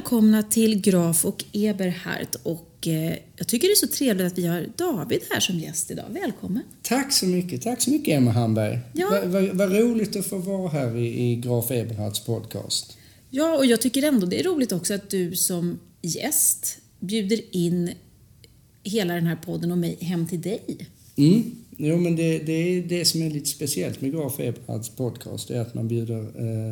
välkomna till Graf och Eberhard och jag tycker det är så trevligt att vi har David här som gäst idag. Välkommen. Tack så mycket Emma Hamberg. Ja. Vad roligt att få vara här i Graf Eberhards podcast. Ja, och jag tycker ändå det är roligt också att du som gäst bjuder in hela den här podden och mig hem till dig. Jo, men det är det som är lite speciellt med Graf Eberhards podcast, är att man bjuder,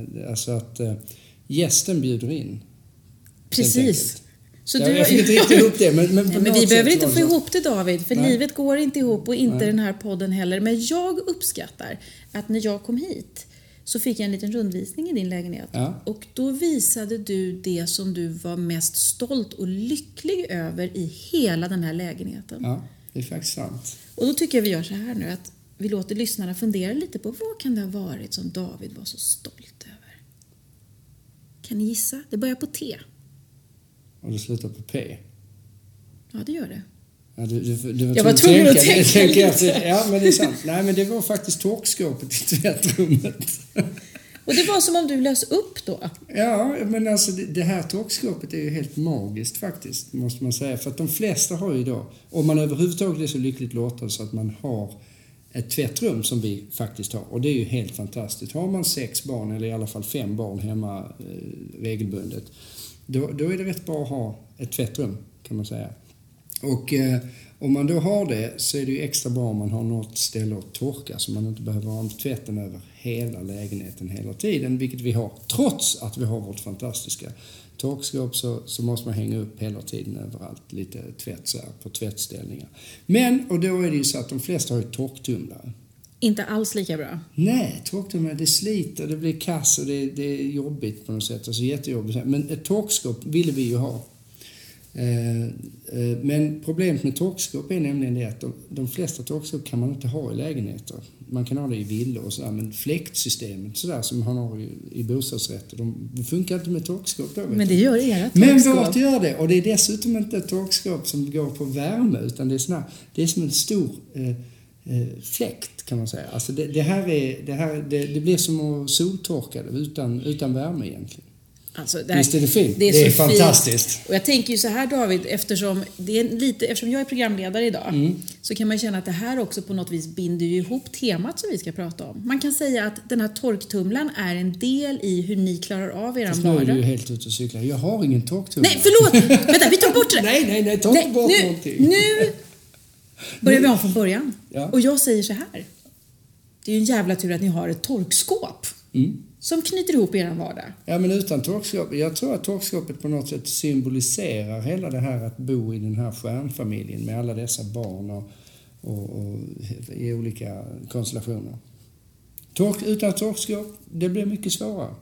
gästen bjuder in. Precis. Så jag fick inte riktigt ihop det. Men vi behöver inte få ihop det, David, för livet går inte ihop och inte den här podden heller. Men jag uppskattar att när jag kom hit så fick jag en liten rundvisning i din lägenhet. Ja. Och då visade du det som du var mest stolt och lycklig över i hela den här lägenheten. Ja, det är faktiskt sant. Och då tycker jag vi gör så här nu, att vi låter lyssnarna fundera lite på vad kan det ha varit som David var så stolt över? Kan ni gissa? Det börjar på T. Och det slutar på P. Ja, det gör det. Ja, du jag var tvungen att tänka lite. Ja, men det är sant. Nej, men det var faktiskt torkskåpet i tvättrummet. Och det var som om du lös upp då? Ja, men alltså det här torkskåpet är ju helt magiskt faktiskt, måste man säga. För att de flesta har ju idag, om man överhuvudtaget är så lyckligt lottad så att man har ett tvättrum som vi faktiskt har. Och det är ju helt fantastiskt. Har man 6 barn, eller i alla fall 5 barn hemma regelbundet, då är det rätt bra att ha ett tvättrum, kan man säga. Och om man då har det, så är det ju extra bra om man har något ställe att torka, så man inte behöver ha tvätten över hela lägenheten hela tiden, vilket vi har. Trots att vi har vårt fantastiska torkskåp så måste man hänga upp hela tiden överallt lite tvätt så här, på tvättställningar. Men, och då är det ju så att de flesta har ju torktumlare. Inte alls lika bra. Nej, torktumlare, det sliter, det blir kass och det är jobbigt på något sätt. Alltså jättejobbigt. Men ett torkskåp ville vi ju ha. Men problemet med torkskåp är nämligen det att de flesta torkskåp kan man inte ha i lägenheter. Man kan ha det i villor och sådär, men fläktsystemet sådär som man har i bostadsrätter, det funkar inte med torkskåp då. Men det gör era torkskåp. Men vart gör det? Och det är dessutom inte ett torkskåp som går på värme, utan det är som en stor fläkt, kan man säga. Alltså det blir som att soltorka det utan värme egentligen. Alltså, visst är det fint? Det är fantastiskt. Fint. Och jag tänker ju så här, David, eftersom jag är programledare idag, så kan man känna att det här också på något vis binder ju ihop temat som vi ska prata om. Man kan säga att den här torktumlaren är en del i hur ni klarar av er vardag. Nu är du ju helt ute och cyklar. Jag har ingen torktumlare. Nej, förlåt! Vänta, vi tar bort det! Nej, ta inte bort någonting. Nu börjar vi om från början. Ja. Och jag säger så här. Det är ju en jävla tur att ni har ett torkskåp. Som knyter ihop er vardag. Ja, men utan torkskåp. Jag tror att torkskåpet på något sätt symboliserar hela det här att bo i den här stjärnfamiljen med alla dessa barn och i olika konstellationer. Utan torkskåp, det blir mycket svårare.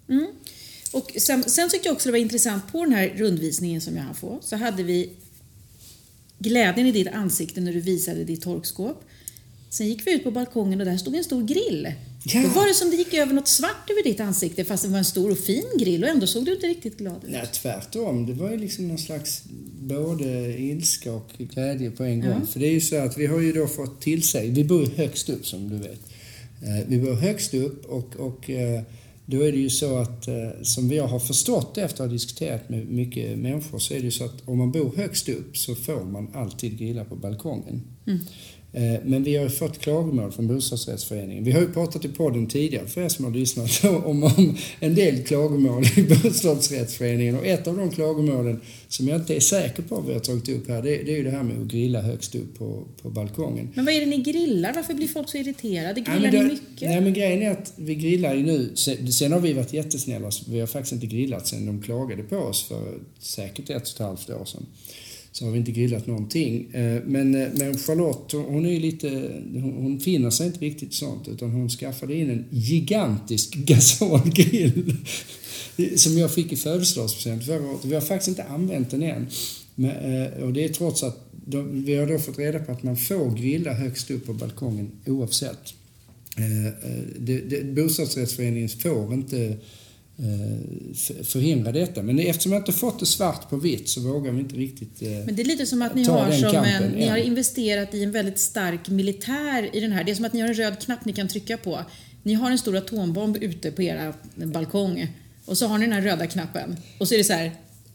Och sen tyckte jag också det var intressant på den här rundvisningen som jag har fått. Så hade vi glädjen i ditt ansikte när du visade ditt torkskåp. Sen gick vi ut på balkongen och där stod en stor grill. Ja. Då var det som det gick över något svart över ditt ansikte, fast det var en stor och fin grill, och ändå såg du inte riktigt glad ut. Nej, tvärtom. Det var ju liksom någon slags både ilska och glädje på en gång. För det är ju så att vi har ju då fått till sig, vi bor högst upp som du vet. Vi bor högst upp och då är det ju så att, som vi har förstått efter att ha diskuterat med mycket människor, så är det ju så att om man bor högst upp så får man alltid grilla på balkongen. Men vi har ju fått klagomål från bostadsrättsföreningen. Vi har ju pratat i podden tidigare, för er som har lyssnat, om en del klagomål i bostadsrättsföreningen. Och ett av de klagomålen som jag inte är säker på vi har tagit upp här, det är ju det här med att grilla högst upp på balkongen. Men vad är det ni grillar? Varför blir folk så irriterade? Grillar ni mycket? Nej, men grejen är att vi grillar ju nu. Sen har vi varit jättesnälla, så vi har faktiskt inte grillat sen de klagade på oss för säkert 1,5 år sedan. Så har vi inte grillat någonting. Men Charlotte, hon finner sig inte riktigt sånt, utan hon skaffade in en gigantisk gasolgrill som jag fick i födelsedagspresent förra året. Vi har faktiskt inte använt den än. Och det är trots att vi har då fått reda på att man får grilla högst upp på balkongen oavsett. Bostadsrättsföreningen får inte förhindra detta. Men eftersom jag inte fått det svart på vitt så vågar vi inte riktigt Men det är lite som att ni har investerat i en väldigt stark militär i den här. Det är som att ni har en röd knapp ni kan trycka på. Ni har en stor atombomb ute på era balkong och så har ni den här röda knappen och så är det så här: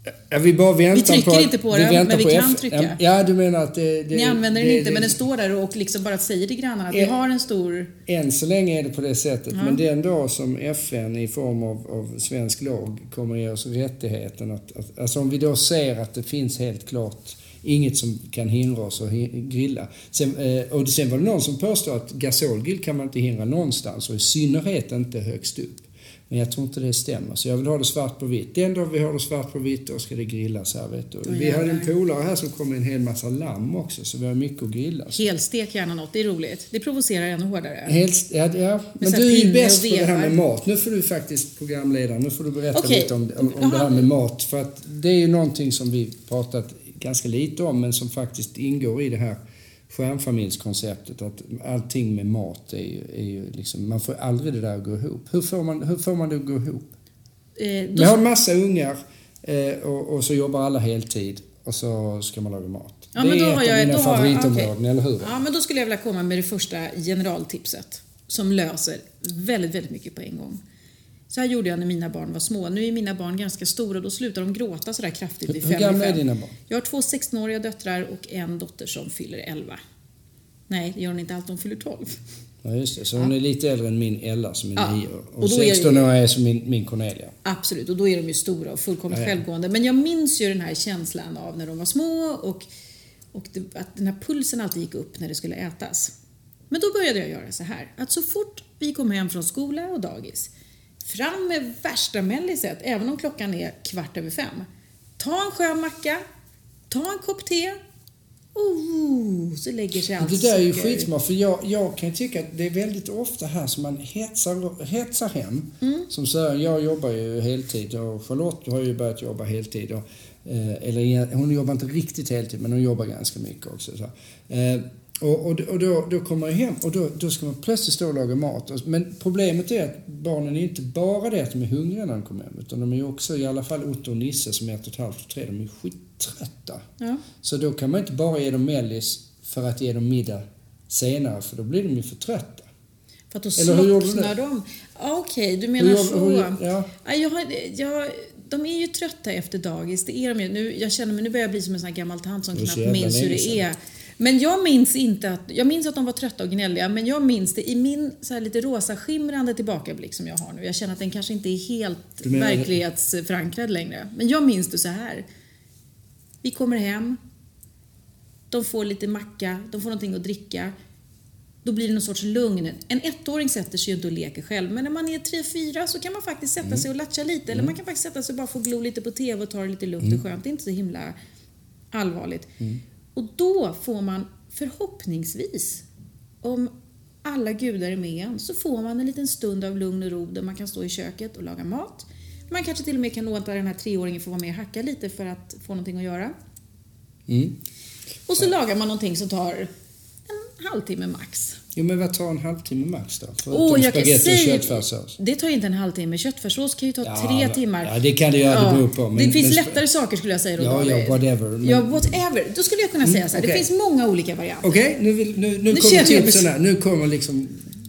Ja, vi bara väntar vi trycker inte på den, men vi kan trycka. Ja, du menar att ni använder den inte, men den står där och liksom bara säger till grannarna att vi har en stor... Än så länge är det på det sättet. Men den dag som FN i form av svensk lag kommer ge oss rättigheten att alltså om vi då ser att det finns helt klart inget som kan hindra oss att grilla. Sen var det någon som påstår att gasolgrill kan man inte hindra någonstans, och i synnerhet inte högst upp. Men jag tror inte det stämmer. Så jag vill ha det svart på vitt. Den dag vi har det svart på vitt, då ska det grillas här, vet du. Vi har en polare här som kommer en hel massa lamm också, så vi har mycket att grilla. Helstek gärna något, det är roligt. Det provocerar ännu hårdare. Ja. Men du är ju bäst på det här med mat. Nu får du faktiskt programledaren. Nu får du berätta lite om det här med mat. För att det är ju någonting som vi pratat ganska lite om, men som faktiskt ingår i det här stjärnfamiljskonceptet, att allting med mat är ju liksom, man får aldrig det där att gå ihop. Hur får man det att gå ihop? Vi har en massa ungar och så jobbar alla heltid och så ska man laga mat. Ja, det är ett av mina favoritområden, eller hur? Ja, men då skulle jag vilja komma med det första generaltipset som löser väldigt, väldigt mycket på en gång. Så här gjorde jag när mina barn var små. Nu är mina barn ganska stora och då slutar de gråta så där kraftigt vid 5. Hur gamla är dina barn? Jag har 2 16-åriga döttrar och en dotter som fyller 11. Nej, det gör hon inte allt, de fyller 12. Ja, just det. Så hon är lite äldre än min Ella som är 9 och 16 år är som min Cornelia. Absolut, och då är de ju stora och fullkomligt självgående. Men jag minns ju den här känslan av när de var små och att den här pulsen alltid gick upp när det skulle ätas. Men då började jag göra så här, att så fort vi kom hem från skola och dagis, fram med värsta melliset, även om klockan är 5:15. Ta en skön macka, ta en kopp te, så lägger sig allt. Det där är ju skitsmart, för jag kan tycka att det är väldigt ofta här som man hetsar hem. Som Sören, jag jobbar ju heltid och Charlotte har ju börjat jobba heltid. Eller hon jobbar inte riktigt heltid, men hon jobbar ganska mycket också. Så. Och då kommer jag hem och då ska man plötsligt stå och laga mat. Men problemet är att barnen är inte bara det att de är hungriga när de kommer hem, utan de är ju också, i alla fall Otto och Nisse som är 1,5 och 3, de är skittrötta. Ja. Så då kan man inte bara ge dem mellis för att ge dem middag senare, för då blir de ju för trötta. För att då slocknar de. Okej, du menar så. Ja. De är ju trötta efter dagis, det är de ju. Nu, jag känner mig, nu börjar jag bli som en sån här gammal tant som knappt minns hur det är. Men jag minns att de var trötta och gnälliga, men jag minns det i min så här lite rosa skimrande tillbakablick som jag har nu. Jag känner att den kanske inte är helt verklighetsförankrad längre. Men jag minns det så här. Vi kommer hem, de får lite macka, de får någonting att dricka. Då blir det någon sorts lugn. En 1-åring sätter sig ju inte och leker själv, men när man är 3-4 så kan man faktiskt sätta sig och latcha lite. Eller man kan faktiskt sätta sig och bara få glo lite på tv och ta det lite lugnt och skönt. Det är inte så himla allvarligt. Och då får man förhoppningsvis, om alla gudar är med en, så får man en liten stund av lugn och ro där man kan stå i köket och laga mat. Man kanske till och med kan låta den här 3-åringen få vara med och hacka lite för att få någonting att göra. Och så lagar man någonting som tar en halvtimme max. Jo, men vad tar en halvtimme max då? Spagetti och köttfärssås. Det tar inte en halvtimme. Köttfärssås kan ju ta 3 timmar. Ja, det kan det göra, det beror på. Men, det finns lättare saker skulle jag säga då. Whatever. Då skulle jag kunna säga så här. Det finns många olika varianter. Okej, nu kommer tipsen här. Nu kommer liksom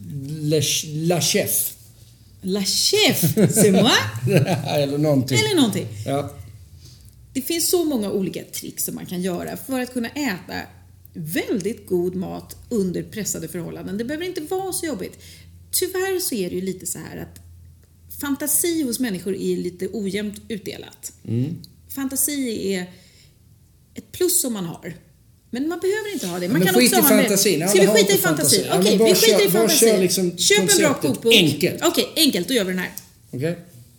La Chef. La Chef, c'est moi? Eller någonting. Ja. Det finns så många olika tricks som man kan göra för att kunna äta väldigt god mat under pressade förhållanden. Det behöver inte vara så jobbigt. Tyvärr så är det ju lite så här att fantasi hos människor är lite ojämnt utdelat. Fantasi är ett plus som man har. Men man behöver inte ha det. Man kan också ha fantasin. Ska vi skita i fantasin? Okej, vi skiter i fantasin. Liksom köp en bra kokbok. Enkelt. Okej, enkelt. Då gör vi den här. Okej.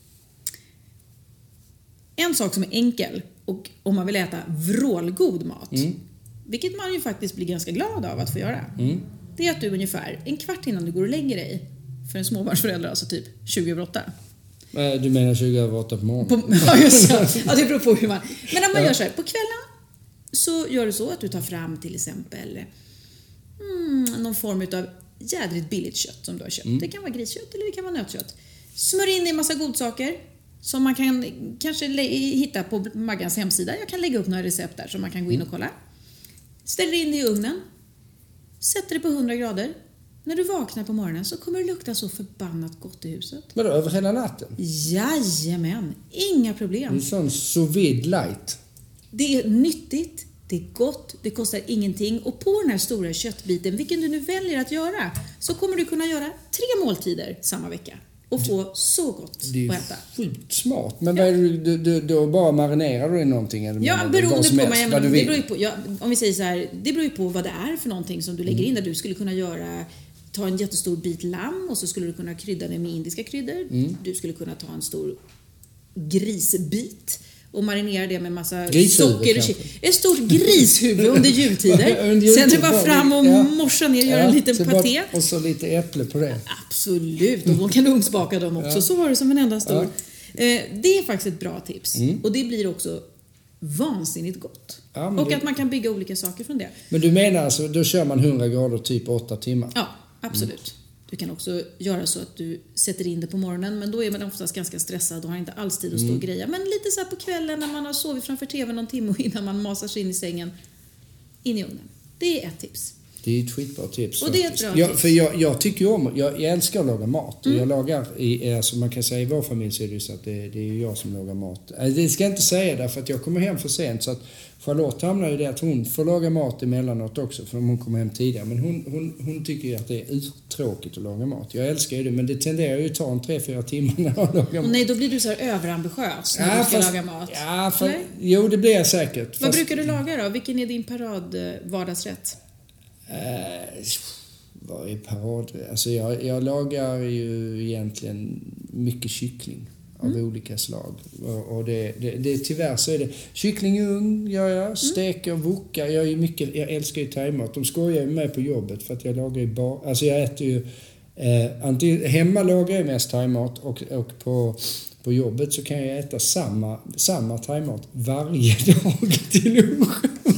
En sak som är enkel, och om man vill äta vrålgod mat, vilket man ju faktiskt blir ganska glad av att få göra, det är att du ungefär en kvart innan du går och lägger dig, för en småbarnsförälder, alltså typ 20:08. Du menar 20:08 på morgonen? Ja, det beror på hur man... Men om man gör så här, på kvällen så gör du så att du tar fram till exempel någon form av jädrigt billigt kött som du har köpt. Det kan vara griskött eller det kan vara nötkött. Smör in det i massa godsaker som man kan kanske hitta på Maggans hemsida. Jag kan lägga upp några recept där som man kan gå in och kolla. Ställer in det i ugnen. Sätter det på 100 grader. När du vaknar på morgonen så kommer det lukta så förbannat gott i huset. Vadå, över hela natten? Jajamän, inga problem. Det är sån sous vide light. Det är nyttigt, det är gott, det kostar ingenting. Och på den här stora köttbiten, vilken du nu väljer att göra, så kommer du kunna göra 3 måltider samma vecka. Och få så gott att äta. Det är sjukt smart. Men vad är du då bara marinerar du i någonting? Eller ja, beroende på vad du vill. Om vi säger så här, det beror ju på vad det är för någonting som du lägger in där. Du skulle kunna ta en jättestor bit lamm och så skulle du kunna krydda det med indiska kryddor. Du skulle kunna ta en stor grisbit och marinera det med massa socker. Ett stort grishuvud under jultider. Sen är det bara fram och morsa ner och göra en liten paté. Och så lite äpple på det. Absolut, och man kan ugnsbaka dem också. Så var det som en enda stor. Det är faktiskt ett bra tips. Och det blir också vansinnigt gott. Ja, och att man kan bygga olika saker från det. Men du menar alltså, då kör man 100 grader typ 8 timmar? Ja, absolut. Du kan också göra så att du sätter in det på morgonen, men då är man oftast ganska stressad och har inte alls tid att stå och greja. Men lite så här på kvällen när man har sovit framför tvn någon timme och innan man masar sig in i sängen, in i ugnen. Det är ett tips. Det är ett skitbra tips. Och det är ett bra tips. För jag tycker om, jag älskar att laga mat. Och jag lagar, alltså man kan säga i vår familj så är det ju så att det är ju jag som lagar mat. Det ska jag inte säga därför att jag kommer hem för sent, så att Charlotte hamnar ju det att hon får laga mat emellanåt också för hon kommer hem tidigare. Men hon tycker ju att det är uttråkigt att laga mat. Jag älskar ju det, men det tenderar ju att ta en 3-4 timmar när jag lagar mat. Nej, då blir du så här överambitiös när du ska laga mat. Jo, det blir jag säkert. Vad brukar du laga då? Vilken är din parad vardagsrätt? Vad är parad? Alltså jag lagar ju egentligen mycket kyckling av olika slag. Och det tyvärr så är det kyckling i ugn gör jag, steker, wokar. Jag älskar ju thaimat. De skojar ju med på jobbet för att jag lagar ju bara, alltså jag äter ju hemma lagar jag mest thaimat och på jobbet så kan jag äta samma thaimat varje dag till lunch.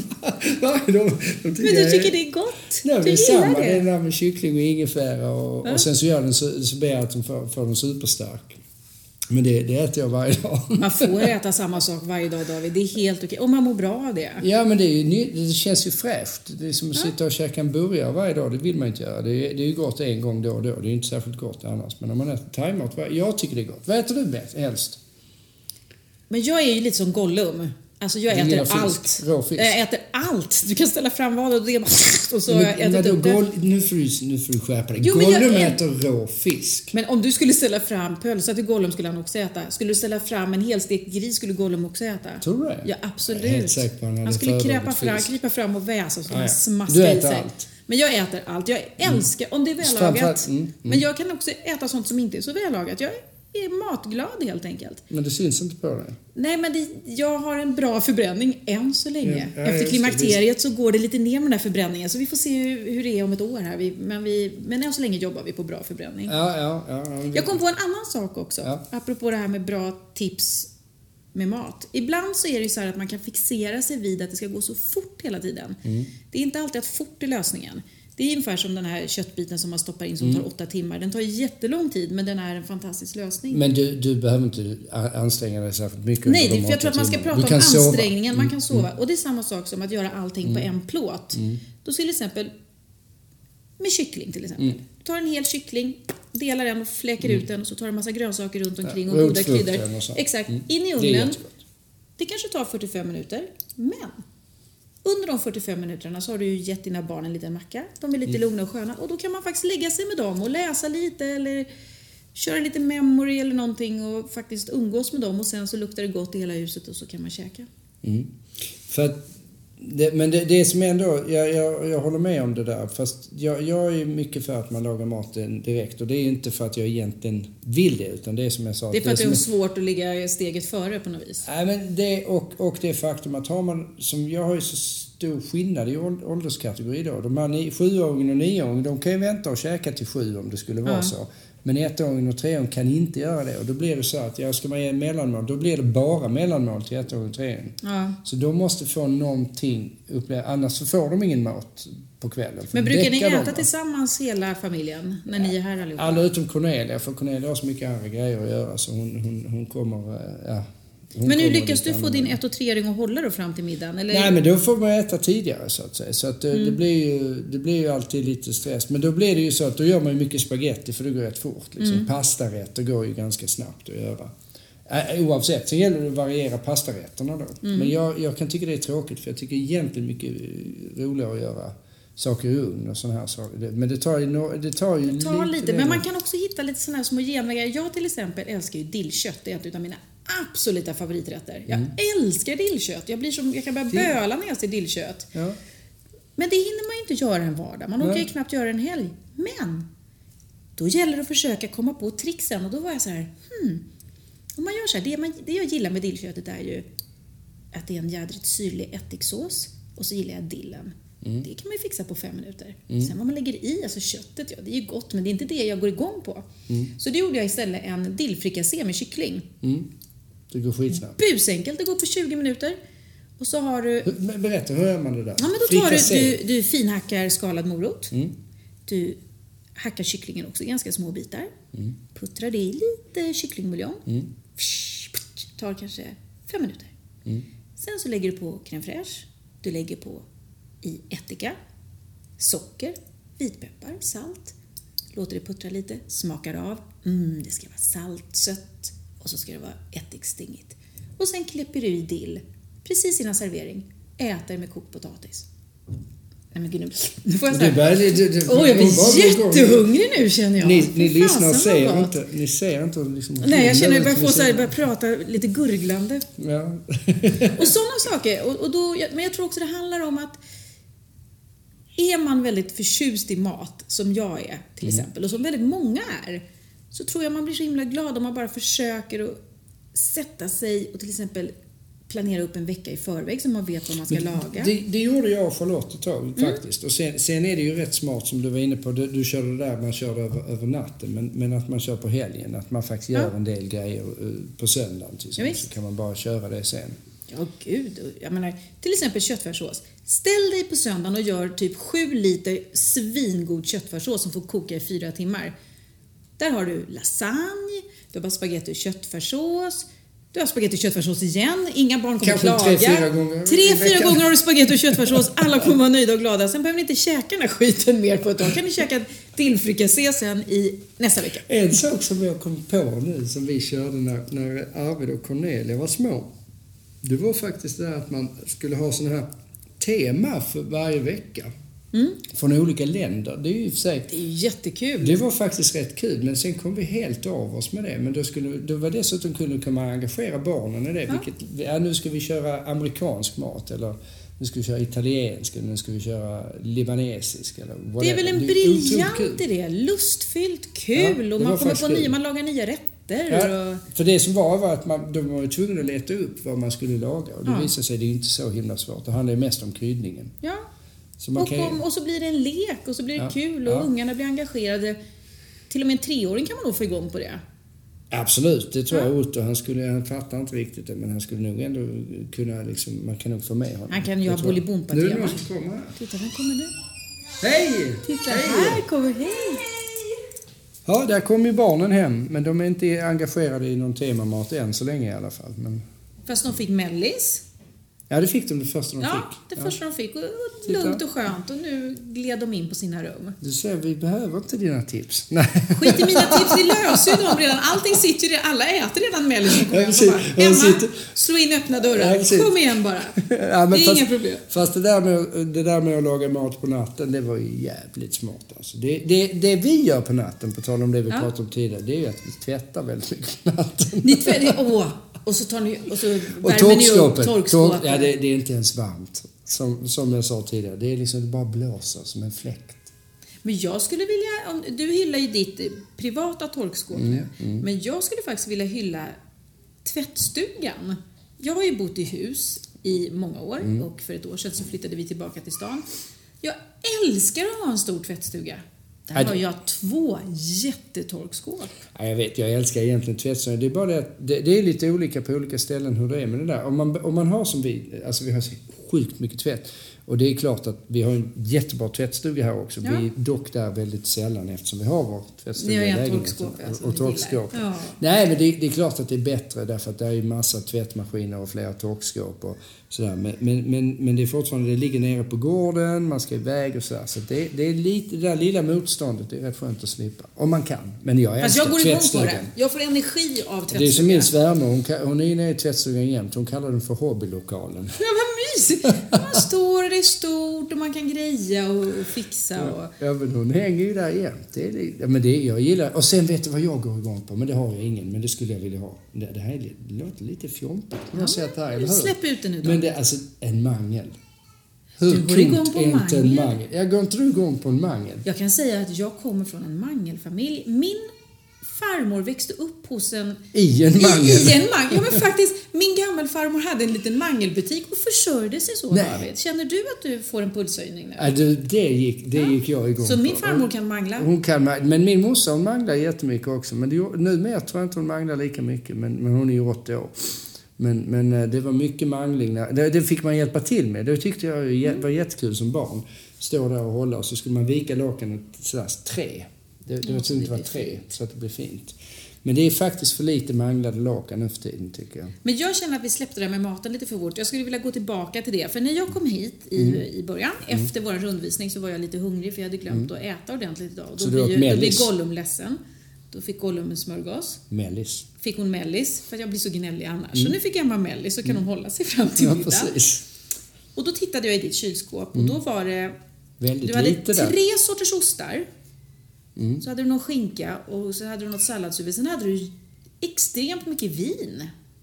Men du tycker det är gott? Nej, det är samma. Det är där med kyckling och ingefära och sen så gör den så ber jag att de får den superstark. Men det äter jag varje dag. Man får äta samma sak varje dag, David. Det är helt okej. Och man mår bra av det. Ja, men det känns ju fräscht. Det är som att sitta och käka en burgare varje dag. Det vill man inte göra. Det är ju gott en gång då och då. Det är inte särskilt gott annars. Men om man äter thaimat, jag tycker det är gott. Vad äter du bäst helst? Men jag är ju lite som Gollum. Alltså jag äter allt. Jag äter allt. Du kan ställa fram vad och det och så har jag ätit upp det. Nu får du skärpa dig. Gollum äter rå fisk. Men om du skulle ställa fram pölsa till Gollum skulle han också äta. Skulle du ställa fram en helstekt gris skulle Gollum också äta. Tror du det? Ja, absolut. Jag är helt säker på han skulle krypa fram och väsa så han smaskar i sig. Allt. Men jag äter allt. Jag älskar om det är vällagat. Men jag kan också äta sånt som inte är så vällagat. Jag är matglad helt enkelt. Men det syns inte på dig. Nej, men jag har en bra förbränning än så länge. Efter klimakteriet så går det lite ner med den här förbränningen. Så vi får se hur det är om ett år här. Men än så länge jobbar vi på bra förbränning. Jag kom på en annan sak också. Apropå det här med bra tips med mat. Ibland så är det ju så här att man kan fixera sig vid att det ska gå så fort hela tiden. Det är inte alltid att fort är lösningen. Det är ungefär som den här köttbiten som man stoppar in som tar 8 timmar. Den tar jättelång tid, men den är en fantastisk lösning. Men du behöver inte anstränga dig särskilt mycket. Nej, för jag tror att man ska prata om ansträngningen. Man kan sova. Och det är samma sak som att göra allting på en plåt. Då till exempel med kyckling till exempel. Du tar en hel kyckling, delar den och fläker ut den och så tar du en massa grönsaker runt omkring och goda kryddor. Exakt. In i ugnen. Det kanske tar 45 minuter, men under de 45 minuterna så har du ju gett dina barn en liten macka. De är lite lugna och sköna. Och då kan man faktiskt lägga sig med dem och läsa lite eller köra lite memory eller någonting och faktiskt umgås med dem. Och sen så luktar det gott i hela huset och så kan man käka. För att det som ändå, jag håller med om det där. Fast jag är mycket för att man lagar maten direkt. Och det är ju inte för att jag egentligen vill det. Utan det är som jag sa. Det är för att det är svårt att ligga steget före på något vis. Nej, men det och det faktum att har man, som jag har ju så stor skillnad i ålderskategori då. De här 7-åringen och 9-åringen, de kan ju vänta och käka till 7 om det skulle vara så. Men 1-åringen och 3-åringen kan inte göra det. Och då blir det så att ska man ge en mellanmål, då blir det bara mellanmål till 1-åringen och 3-åringen. Så de måste få någonting uppleva, annars så får de ingen mat på kvällen. Men brukar ni äta tillsammans hela familjen när ni är här allihopa? Alla utom Cornelia, för Cornelia har så mycket andra grejer att göra så hon kommer, Men hur lyckas du få din 1- och 3-åring att hålla då fram till middagen? Eller? Nej, men då får man äta tidigare så att säga. Så att det blir ju alltid lite stress. Men då blir det ju så att då gör man ju mycket spaghetti för det går rätt fort. Liksom. Pastarätter går ju ganska snabbt att göra. Oavsett, så gäller det att variera pastarätterna då. Men jag kan tycka det är tråkigt för jag tycker egentligen mycket roligare att göra saker i ugn och sådana här saker. Men det tar ju lite. Men man kan också hitta lite sådana här små genvägar. Jag till exempel älskar ju dillkött. Det är ett av mina absoluta favoriträtter. Jag älskar dillkött. Jag kan börja böla när jag ser dillkött. Ja. Men det hinner man ju inte göra en vardag. Man orkar ju knappt göra en helg. Men då gäller det att försöka komma på tricksen. Och då var jag så här, om man gör så här, det jag gillar med dillköttet är ju att det är en jädrigt syrlig ättiksås. Och så gillar jag dillen. Det kan man ju fixa på 5 minuter. Sen vad man lägger i, alltså köttet, det är ju gott, men det är inte det jag går igång på. Så det gjorde jag istället en dillfrikassé med kyckling. Det går skitsnabbt. Busenkelt, det går på 20 minuter. Och så har du... Berätta, hur gör man det där? Ja, men då tar du finhackar skalad morot. Du hackar kycklingen också i ganska små bitar. Puttrar det i lite kycklingbuljong. Tar kanske 5 minuter. Sen så lägger du på crème fraîche. Du lägger på i ättika, socker, vitpeppar, salt. Låter det puttra lite, smakar av. Det ska vara salt, sött och så ska det vara ättikstingigt. Och sen klipper du i dill precis innan servering. Äter med kokt potatis. Nej men gud, nu får jag säga. Jag blir jättehungrig nu känner jag. Ni lyssnar och ser inte. Ni ser inte liksom. Nej, jag känner att jag får så här, börja prata lite gurglande. Ja. Och sådana saker. Och då, men jag tror också det handlar om att är man väldigt förtjust i mat, som jag är till exempel, och som väldigt många är, så tror jag man blir så himla glad om man bara försöker att sätta sig och till exempel planera upp en vecka i förväg så man vet vad man ska laga. Det gjorde jag och Charlotte ett tag faktiskt. Och sen är det ju rätt smart som du var inne på. Du körde det där, man körde över natten. Men att man kör på helgen. Att man faktiskt gör en del grejer på söndagen till exempel. Så kan man bara köra det sen. Ja, gud. Jag menar, till exempel köttfärssås. Ställ dig på söndagen och gör typ 7 liter svingod köttfärssås som får koka i 4 timmar. Där har du lasagne, du har bara spagetti och köttfärssås. Du har spagetti och köttfärssås igen. Inga barn kommer klaga. 3-4 gånger. 3-4 gånger har du spagetti och köttfärssås. Alla kommer vara nöjda och glada. Sen behöver ni inte käka den här skiten mer på ett tag. Kan ni käka dillfrikassé sen i nästa vecka. En sak som jag kom på nu som vi körde när Arvid och Cornelia var små. Det var faktiskt det att man skulle ha såna här tema för varje vecka. Från olika länder. Det är ju för sig, det är ju jättekul. Det var faktiskt rätt kul, men sen kom vi helt av oss med det. Men då var det så att de kunde engagera barnen i det. Ja. Vilket, nu ska vi köra amerikansk mat, eller nu ska vi köra italiensk, eller nu ska vi köra libanesisk. Eller vad det är väl en briljant idé. Lustfyllt, kul, och man kommer på man lagar nya rätter. Ja, för det som var att de var tvungna att leta upp vad man skulle laga. Och det visade sig att det är inte så himla svårt. Det handlar mest om kryddningen. Ja. Så och så blir det en lek och så blir det kul och ungarna blir engagerade. Till och med en 3-åring kan man nog få igång på det. Absolut, det tror jag Otto. Han fattar inte riktigt det, men han skulle nog ändå kunna man kan nog få med honom. Han kan ju ha Bolibompa-tema. Nu är det någon som kommer här. Titta, vem kommer nu? Hej! Titta, här kommer hej! Ja, där kommer ju barnen hem, men de är inte engagerade i någon temamat än så länge i alla fall. Men... Fast de fick mellis. Ja, det fick de det första de fick. Ja, det första de fick. Och lugnt och skönt. Och nu gled de in på sina rum. Du säger, vi behöver inte dina tips. Nej. Skit i mina tips, vi löser ju dem redan. Allting sitter ju alla äter redan mellis. Emma, slå in öppna dörrar. Kom igen bara. Ja, men det är inga problem. Fast det där med att laga mat på natten, det var ju jävligt smart. Alltså. Det vi gör på natten, på tal om det vi pratade om tidigare, det är ju att vi tvättar väldigt mycket på natten. Ni tvättar, och så tar ni och så värmer ni upp torkskåpet. Ja, det är inte ens varmt. Som jag sa tidigare, det är liksom, det bara blåser som en fläkt. Men jag skulle vilja, du hyllar ju ditt privata torkskåp nu. Men jag skulle faktiskt vilja hylla tvättstugan. Jag har ju bott i hus i många år och för ett år sedan så flyttade vi tillbaka till stan. Jag älskar att ha en stor tvättstuga. Där har jag 2 jättetorkskåp. Ja, jag vet, jag älskar egentligen tvättstuga. Det är bara det att det är lite olika på olika ställen hur det är med det där. Om man har som vi, alltså vi har så sjukt mycket tvätt. Och det är klart att vi har en jättebra tvättstuga här också. Ja. Vi är dock där väldigt sällan eftersom vi har vår tvättstuga i lägenheten. Och torkskåp. Ja. Nej, men det är klart att det är bättre därför att det är ju massa tvättmaskiner och flera torkskåp och sådär. Men det är fortfarande, det ligger nere på gården, man ska iväg och sådär. Så det är lite, det där lilla motståndet, det är rätt skönt att slippa. Om man kan. Men jag älskar tvättstugan. Fast jag går igång på det. Jag får energi av tvättstugan. Det är som min svärmor, hon är inne i tvättstugan jämt. Hon kallar den för hobbylokalen. Ja, vad mysigt! Man står och det är stort och man kan greja och fixa. Och... Ja, men hon hänger ju där jämt. Jag gillar. Och sen vet du vad jag går igång på, men det har jag ingen, men det skulle jag vilja ha. Det här låter lite fjompigt. Släpp ut det nu då. Men det är alltså en mangel. Du går igång på en mangel? Jag går inte igång på en mangel. Jag kan säga att jag kommer från en mangelfamilj. Min farmor växte upp hos I en mangel? I en mangel. Ja, men faktiskt, min gammelfarmor hade en liten mangelbutik och försörjde sig så, David. Känner du att du får en pulshöjning nu? Ja, det gick jag igång så på. Min farmor kan mangla? Hon kan, men min morsa hon manglar jättemycket också. Men numera tror jag inte hon manglar lika mycket. Men hon är ju 80 år. Men det var mycket mangling. Det fick man hjälpa till med. Det tyckte jag var jättekul som barn. Stå där och hålla och så skulle man vika lakanet sådär trä. Det var inte vara trä så att det blir fint. Men det är faktiskt för lite manglade lakan nu för tiden tycker jag. Men jag känner att vi släppte det med maten lite för fort. Jag skulle vilja gå tillbaka till det. För när jag kom hit i början, efter vår rundvisning så var jag lite hungrig för jag hade glömt att äta ordentligt idag. Då blir Gollum ledsen. Då fick Gollum en smörgås. Mellis. Fick hon mellis för att jag blir så gnällig annars. Så nu fick Emma mellis så kan hon hålla sig fram till middag. Precis. Och då tittade jag i ditt kylskåp och då var det... Väldigt du hade lite 3 där. sorters ostar. Så hade du någon skinka och så hade du något salladshuvud. Sen hade du extremt mycket vin.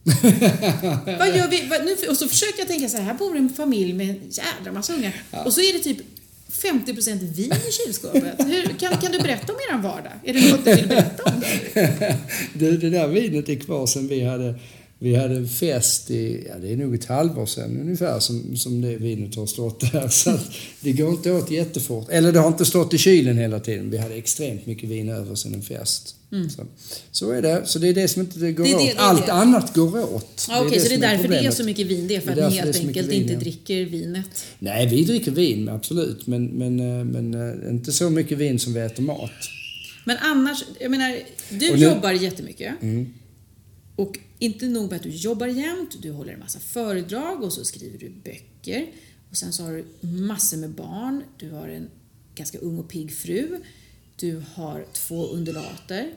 Vad gör vi? Nu, och så försöker jag tänka så här bor en familj med en jädra massa ungar. Ja. Och så är det typ 50% vin i kylskåpet. Kan du berätta om eran vardag? Är det något du vill berätta om? Det där vinet är kvar sen vi hade fest det är nog ett halvår sedan ungefär som det vinet har stått där. Så att det går inte åt jättefort. Eller det har inte stått i kylen hela tiden. Vi hade extremt mycket vin över sen en fest. Så är det. Så det är det som inte går åt. Allt annat går åt. Ja, okej, så det är därför det är så mycket vin. Det är för att ni helt enkelt inte dricker vinet. Nej, vi dricker vin, absolut. Men inte så mycket vin som vi äter mat. Men annars, jag menar, du jobbar jättemycket. Och inte nog med att du jobbar jämt, du håller en massa föredrag och så skriver du böcker. Och sen så har du massor med barn, du har en ganska ung och pigg fru, du har 2 undulater.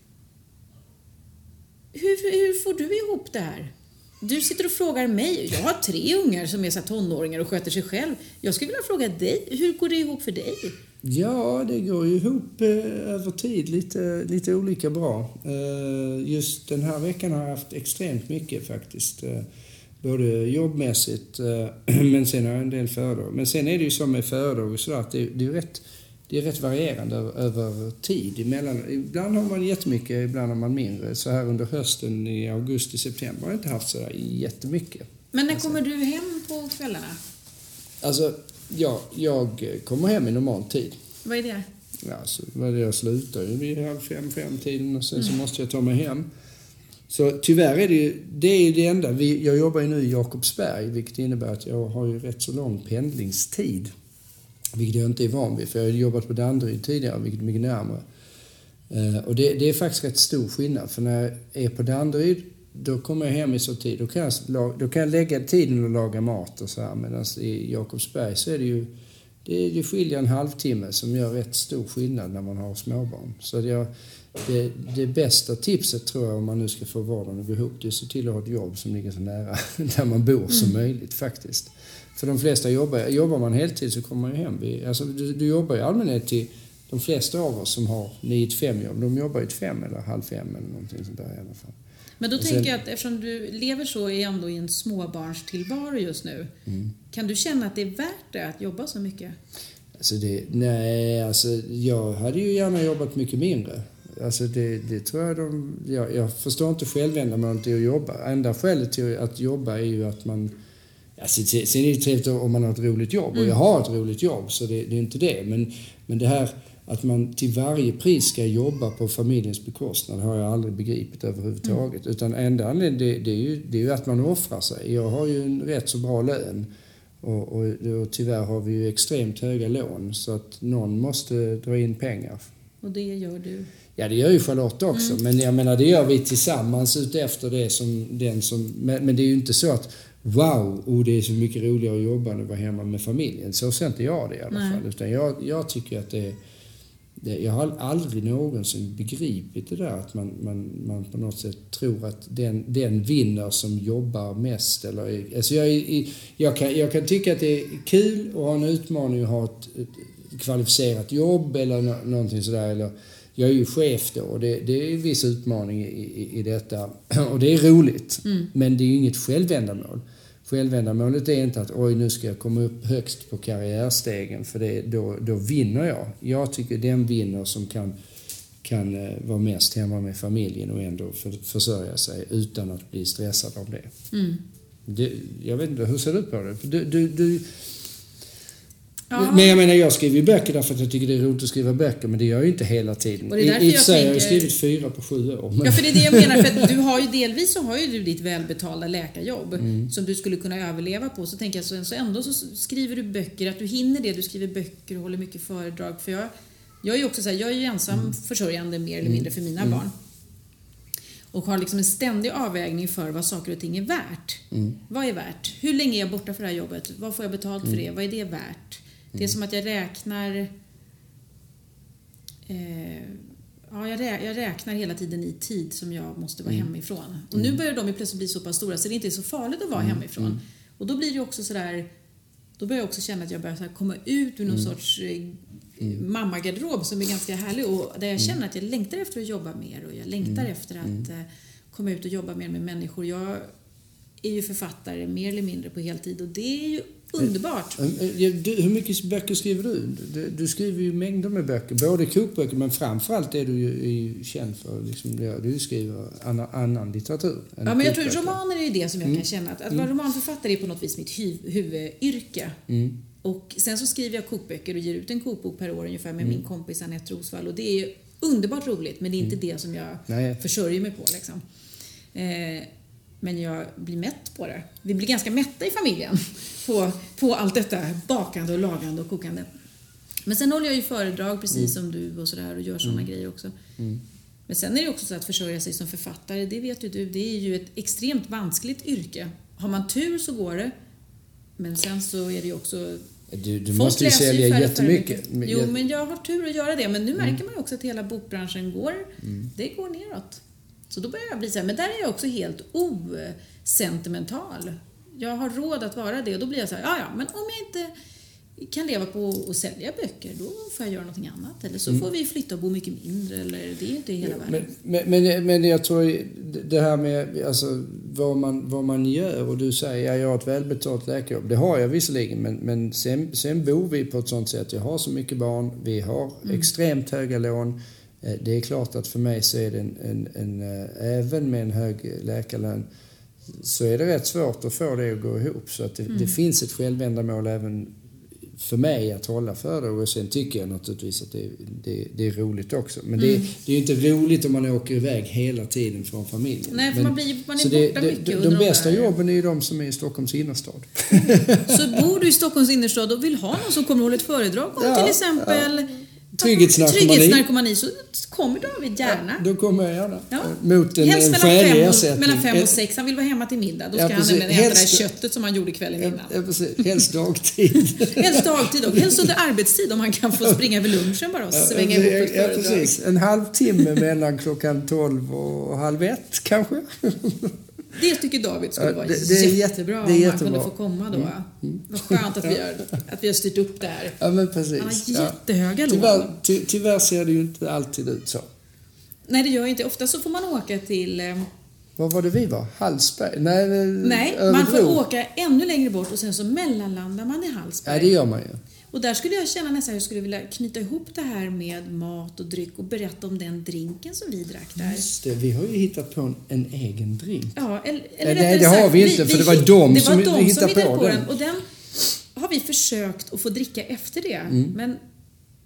Hur får du ihop det här? Du sitter och frågar mig, jag har 3 ungar som är så tonåringar och sköter sig själv. Jag skulle vilja fråga dig, hur går det ihop för dig? Ja, det går ju ihop över tid lite olika bra. Just den här veckan har jag haft extremt mycket faktiskt. Både jobbmässigt, men sen har jag en del föredrag. Men sen är det ju som med föredrag och sådär att det är rätt varierande över tid. Ibland har man jättemycket, ibland har man mindre. Så här under hösten i augusti-september har jag inte haft så där jättemycket. Men när kommer du hem på kvällarna? Alltså, jag kommer hem i normal tid. Vad är det? Ja, så jag slutar ju vid 4:30 och sen så måste jag ta mig hem. Så tyvärr är det är det enda. Jag jobbar ju nu i Jakobsberg, vilket innebär att jag har ju rätt så lång pendlingstid. Vilket jag inte är van vid, för jag har jobbat på Danderyd tidigare, vilket är mycket närmare. Och det är faktiskt rätt stor skillnad, för när jag är på Danderyd, då kommer jag hem i så tid. Då kan jag lägga tiden och laga mat och så här. Medan i Jakobsberg så är det ju... Det skiljer en halvtimme som gör rätt stor skillnad när man har småbarn. Så det bästa tipset tror jag om man nu ska få vardagen att gå ihop, det är att se till att ha ett jobb som ligger så nära där man bor som möjligt faktiskt. För de flesta jobbar man heltid så kommer man ju hem. Alltså, du jobbar i allmänhet till de flesta av oss som har 9-5 jobb. De jobbar ju 5 eller 4:30 eller någonting sånt där i alla fall. Men då tänker jag att eftersom du lever så ändå i en småbarnstillvaro just nu, kan du känna att det är värt det att jobba så mycket? Alltså jag hade ju gärna jobbat mycket mindre. Alltså det tror jag jag förstår inte självändamålet till att jobba. Enda skälet till att jobba är ju att man... Alltså, sen är det trevligt om man har ett roligt jobb. Och jag har ett roligt jobb, så det är inte det. Men det här att man till varje pris ska jobba på familjens bekostnad har jag aldrig begripit överhuvudtaget. Utan enda anledningen det är ju att man offrar sig. Jag har ju en rätt så bra lön. Och tyvärr har vi ju extremt höga lån så att någon måste dra in pengar. Och det gör du? Ja, det gör ju Charlotte också. Men jag menar, det gör vi tillsammans ut efter det men det är ju inte så att det är så mycket roligare att jobba än att vara hemma med familjen. Så ser inte jag det i alla fall. Utan jag tycker att jag har aldrig någonsin begripit det där att man på något sätt tror att den vinner som jobbar mest. Alltså jag kan tycka att det är kul att ha en utmaning att ha ett kvalificerat jobb eller någonting sådär. Eller, jag är ju chef då och det är en viss utmaning i detta. Och det är roligt. Men det är ju inget självändamål. Självändamålet är inte att nu ska jag komma upp högst på karriärstegen för då vinner jag. Jag tycker den vinner som kan vara mest hemma med familjen och ändå försörja sig utan att bli stressad av det. Jag vet inte, hur ser du på det? Men jag menar, jag skriver ju böcker därför att jag tycker det är roligt att skriva böcker, men det gör jag ju inte hela tiden. I sig har jag skrivit 4 på 7 år. Men... Ja, för det är det jag menar, för att du har ju delvis så har ju du ditt välbetalda läkarjobb som du skulle kunna överleva på. Så tänker jag så ändå så skriver du böcker, att du hinner det, du skriver böcker och håller mycket föredrag. För jag är ju också så här, jag är ju ensam försörjande mer eller mindre för mina barn. Och har liksom en ständig avvägning för vad saker och ting är värt. Vad är värt? Hur länge är jag borta för det här jobbet? Vad får jag betalt för det? Vad är det värt? Det är som att jag räknar jag räknar hela tiden i tid som jag måste vara hemifrån. Och nu börjar de ju plötsligt bli så pass stora så det inte är så farligt att vara hemifrån. Och då blir det också sådär, då börjar jag också känna att jag börjar så här komma ut ur någon sorts mammagarderob som är ganska härlig och där jag känner att jag längtar efter att jobba mer och jag längtar efter att komma ut och jobba mer med människor. Jag är ju författare mer eller mindre på heltid och det är ju underbart. Hur mycket böcker skriver du? Du skriver ju mängder med böcker, både kokböcker men framförallt är du ju känd för liksom, du skriver annan litteratur. Ja, men jag tror romaner är ju det som jag kan känna att vara romanförfattare är på något vis mitt huvudyrke. Och sen så skriver jag kokböcker och ger ut en kokbok per år ungefär med min kompis Anette Rosvall och det är ju underbart roligt men det är inte det som jag försörjer mig på liksom. Men jag blir mätt på det. Vi blir ganska mätta i familjen på allt detta bakande och lagande och kokande. Men sen håller jag ju föredrag precis som du och sådär och gör sådana grejer också. Men sen är det också så att försörja sig som författare, det vet ju du, det är ju ett extremt vanskligt yrke. Har man tur så går det. Men sen så är det ju också... Du måste ju sälja jättemycket. Jo, men jag har tur att göra det. Men nu märker man ju också att hela bokbranschen det går neråt. Så då börjar jag bli så här, men där är jag också helt osentimental. Jag har råd att vara det och då blir jag så här, men om jag inte kan leva på att sälja böcker, då får jag göra någonting annat. Eller så får vi flytta och bo mycket mindre, eller det är inte hela världen. Men jag tror det här med alltså, vad man gör, och du säger jag har ett välbetalt läkarjobb, det har jag visserligen, men sen bor vi på ett sånt sätt, jag har så mycket barn, vi har extremt höga lån. Det är klart att för mig så är det även med en hög läkarlön så är det rätt svårt att få det att gå ihop. Så att det finns ett självändamål även för mig att hålla för det. Och sen tycker jag naturligtvis att det är roligt också. Men det är ju inte roligt om man åker iväg hela tiden från familjen. Nej, för man är borta mycket under de bästa jobben är ju de som är i Stockholms innerstad. Så bor du i Stockholms innerstad och vill ha någon som kommer att hålla ett föredrag om till exempel... Trygghetsnarkomani, så kommer David gärna. Då kommer jag gärna. Ja. Mot en skälig ersättning. Mellan 5 och 6. Han vill vara hemma till middag. Då ska han nämligen äta det här köttet som han gjorde kvällen innan. Ja, precis. Helst dagtid. Helst dagtid och helst under arbetstid om han kan få springa över lunchen bara och svänga ihop ett föredrag. Precis. En halvtimme mellan klockan 12 och halv 1 kanske. Det tycker David skulle vara jättebra om han kunde få komma då. Vad skönt att vi har styrt upp det här. Ja, men precis. Han har jättehöga lån. Tyvärr ser det ju inte alltid ut så. Nej, det gör inte. Ofta så får man åka till... Vad var det vi var? Hallsberg? Nej, man får åka ännu längre bort och sen så mellanlandar man i Hallsberg. Ja, det gör man ju. Och där skulle jag känna nästan att jag skulle vilja knyta ihop det här med mat och dryck och berätta om den drinken som vi drack där. Just det, vi har ju hittat på en egen drink. Ja, eller nej, det har vi inte, för det var de som hittade på den. Och den har vi försökt att få dricka efter det. Men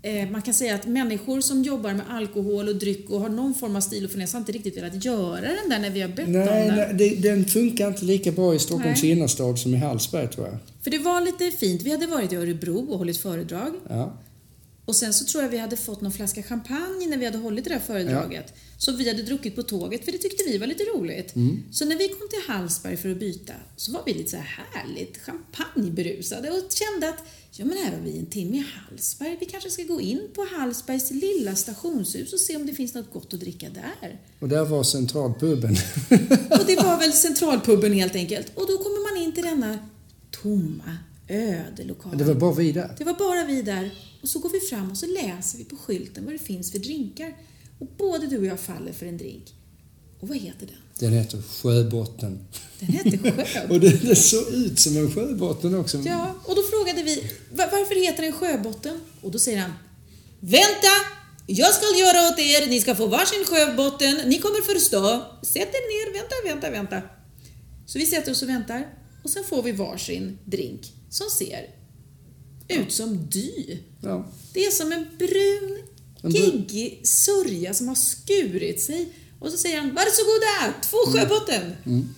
man kan säga att människor som jobbar med alkohol och dryck och har någon form av stil och finess har inte riktigt velat göra den där när vi har bett om den. Nej, den funkar inte lika bra i Stockholms innerstad som i Hallsberg, tror jag. För det var lite fint. Vi hade varit i Örebro och hållit föredrag. Ja. Och sen så tror jag vi hade fått någon flaska champagne när vi hade hållit det där föredraget. Ja. Så vi hade druckit på tåget, för det tyckte vi var lite roligt. Så när vi kom till Hallsberg för att byta så var vi lite så här härligt champagneberusade och kände att ja, men här har vi en timme i Hallsberg. Vi kanske ska gå in på Hallsbergs lilla stationshus och se om det finns något gott att dricka där. Och där var centralpubben. Och det var väl centralpubben helt enkelt. Och då kommer man in till denna tomma, öde lokal. Det var bara vi där. Det var bara vi där. Och så går vi fram och så läser vi på skylten vad det finns för drinkar. Och både du och jag faller för en drink. Och vad heter den? Den heter Sjöbotten. Den heter Sjöbotten. Och det såg ut som en sjöbotten också. Ja, och då frågade vi, varför heter den Sjöbotten? Och då säger han, vänta! Jag ska göra åt er, ni ska få varsin sjöbotten, ni kommer förstå. Sätt er ner, vänta. Så vi sätter oss och väntar. Och sen får vi varsin drink som ser ut som dy. Ja. Det är som en brun, geggig sörja som har skurit sig. Och så säger han, varsågoda, 2 sjöbotten.